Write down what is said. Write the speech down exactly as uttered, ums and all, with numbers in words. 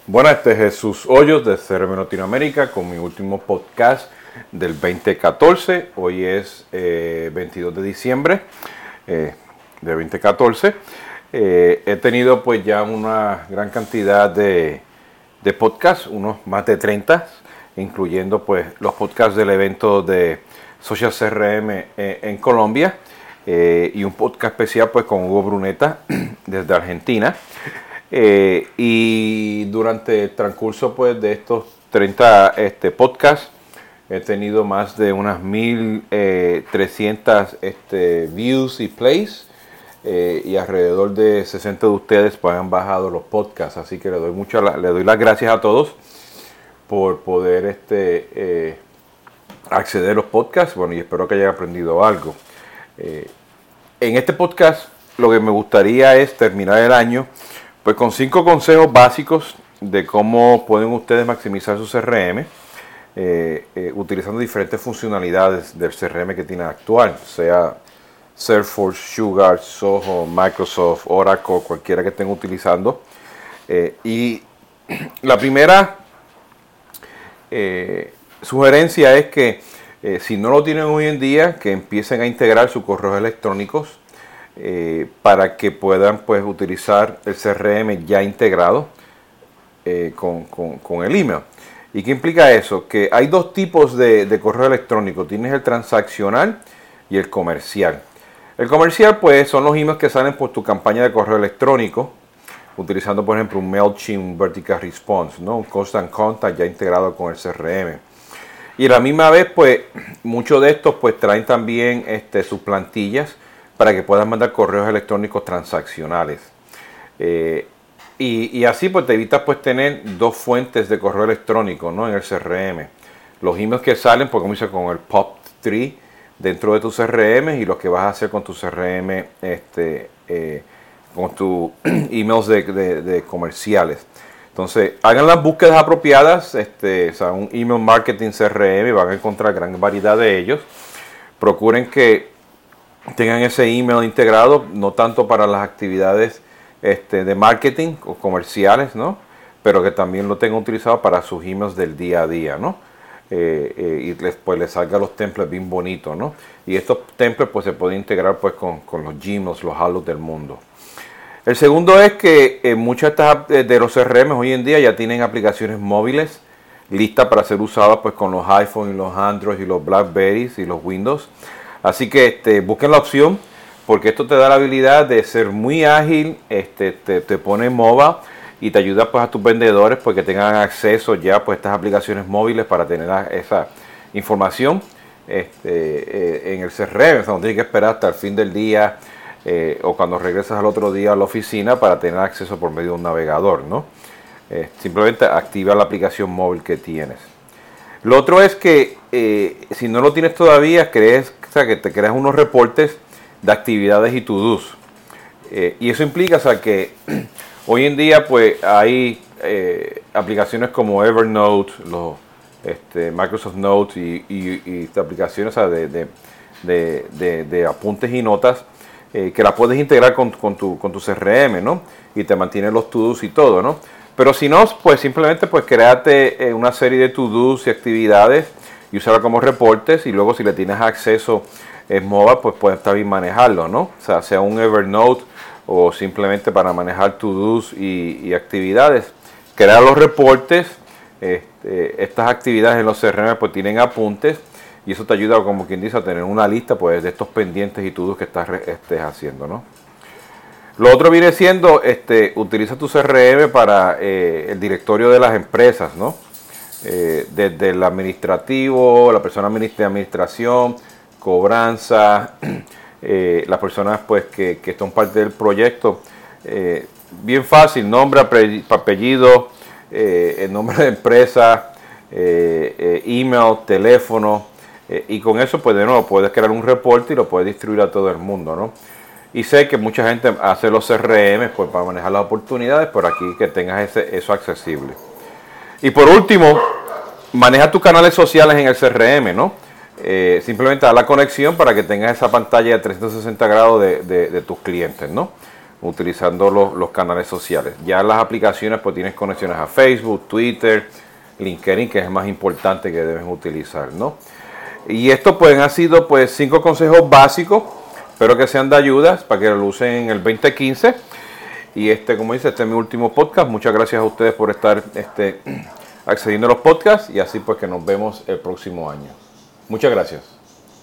Bueno, este es Jesús Hoyos de C R M Latinoamérica con mi último podcast del veinte catorce. Hoy es eh, veintidós de diciembre eh, de veinte catorce. Eh, he tenido pues ya una gran cantidad de, de podcasts, unos más de treinta, incluyendo pues los podcasts del evento de Social C R M eh, en Colombia eh, y un podcast especial pues con Hugo Bruneta desde Argentina. Eh, y durante el transcurso pues, de estos treinta este, podcasts he tenido más de unas mil trescientas este, views y plays eh, y alrededor de sesenta de ustedes pues, han bajado los podcasts, así que le doy, mucho, le doy las gracias a todos por poder este, eh, acceder a los podcasts. Bueno, y espero que hayan aprendido algo. Eh, en este podcast lo que me gustaría es terminar el año pues con cinco consejos básicos de cómo pueden ustedes maximizar su C R M eh, eh, utilizando diferentes funcionalidades del C R M que tienen actual, sea Salesforce, Sugar, Zoho, Microsoft, Oracle, cualquiera que estén utilizando. Eh, y la primera eh, sugerencia es que eh, si no lo tienen hoy en día, que empiecen a integrar sus correos electrónicos Eh, para que puedan pues utilizar el C R M ya integrado eh, con, con, con el email. ¿Y qué implica eso? Que hay dos tipos de, de correo electrónico. Tienes el transaccional y el comercial. El comercial pues son los emails que salen por tu campaña de correo electrónico, utilizando por ejemplo un MailChimp, un Vertical Response, ¿no? Un Constant Contact ya integrado con el C R M. Y a la misma vez pues muchos de estos pues traen también este, sus plantillas para que puedas mandar correos electrónicos transaccionales. Eh, y, y así pues te evitas pues tener dos fuentes de correo electrónico, ¿no? En el C R M. Los emails que salen, pues como dice, con el pop tres dentro de tu C R M y lo que vas a hacer con tu C R M, este, eh, con tus emails de, de, de comerciales. Entonces, hagan las búsquedas apropiadas, este, o sea, un email marketing C R M, van a encontrar gran variedad de ellos. Procuren que tengan ese email integrado, no tanto para las actividades este, de marketing o comerciales, ¿no? Pero que también lo tengan utilizado para sus emails del día a día, ¿no? Eh, eh, y después pues les salga los templates bien bonitos, ¿no? Y estos templates pues se pueden integrar pues con, con los Gmails, los Outlook del mundo. El segundo es que eh, muchas de, de los C R M hoy en día ya tienen aplicaciones móviles listas para ser usadas pues con los iPhone y los Android y los Blackberries y los Windows. Así que este, busquen la opción, porque esto te da la habilidad de ser muy ágil, este, te, te pone mobile y te ayuda pues, a tus vendedores pues, que tengan acceso ya pues, a estas aplicaciones móviles para tener esa información este, eh, en el C R M. O sea, no tienes que esperar hasta el fin del día eh, o cuando regresas al otro día a la oficina para tener acceso por medio de un navegador, ¿no? Eh, simplemente activa la aplicación móvil que tienes. Lo otro es que eh, si no lo tienes todavía, crees, o sea, que te creas unos reportes de actividades y to-dos. Eh, y eso implica, o sea, que hoy en día pues hay eh, aplicaciones como Evernote, los, este, Microsoft Notes y, y, y aplicaciones, o sea, de, de, de, de, de apuntes y notas eh, que las puedes integrar con, con, tu, con tu C R M, ¿no? Y te mantiene los to-dos y todo, ¿no? Pero si no, pues simplemente pues créate una serie de to-dos y actividades y usarla como reportes, y luego si le tienes acceso en mobile, pues puedes también manejarlo, ¿no? O sea, sea un Evernote o simplemente para manejar to-dos y, y actividades. Crea los reportes, este, estas actividades en los C R M pues tienen apuntes y eso te ayuda, como quien dice, a tener una lista pues de estos pendientes y to-dos que estás estés haciendo, ¿no? Lo otro viene siendo, este, utiliza tu C R M para eh, el directorio de las empresas, ¿no? Eh, desde el administrativo, la persona de administración, cobranza, eh, las personas pues que, que son parte del proyecto. Eh, bien fácil, nombre, apellido, eh, el nombre de empresa, eh, eh, email, teléfono, eh, y con eso pues de nuevo puedes crear un reporte y lo puedes distribuir a todo el mundo, ¿no? Y sé que mucha gente hace los C R M pues, para manejar las oportunidades, por aquí que tengas ese, eso accesible. Y por último, maneja tus canales sociales en el C R M, ¿no? Eh, simplemente da la conexión para que tengas esa pantalla de trescientos sesenta grados de, de, de tus clientes, ¿no? utilizando los, los canales sociales. Ya las aplicaciones pues tienes conexiones a Facebook, Twitter, LinkedIn, que es el más importante que deben utilizar, ¿no? Y esto pues han sido pues cinco consejos básicos, espero que sean de ayuda para que lo usen en el veinte quince. Y este, como dice, este es mi último podcast. Muchas gracias a ustedes por estar este, accediendo a los podcasts y así pues que nos vemos el próximo año. Muchas gracias.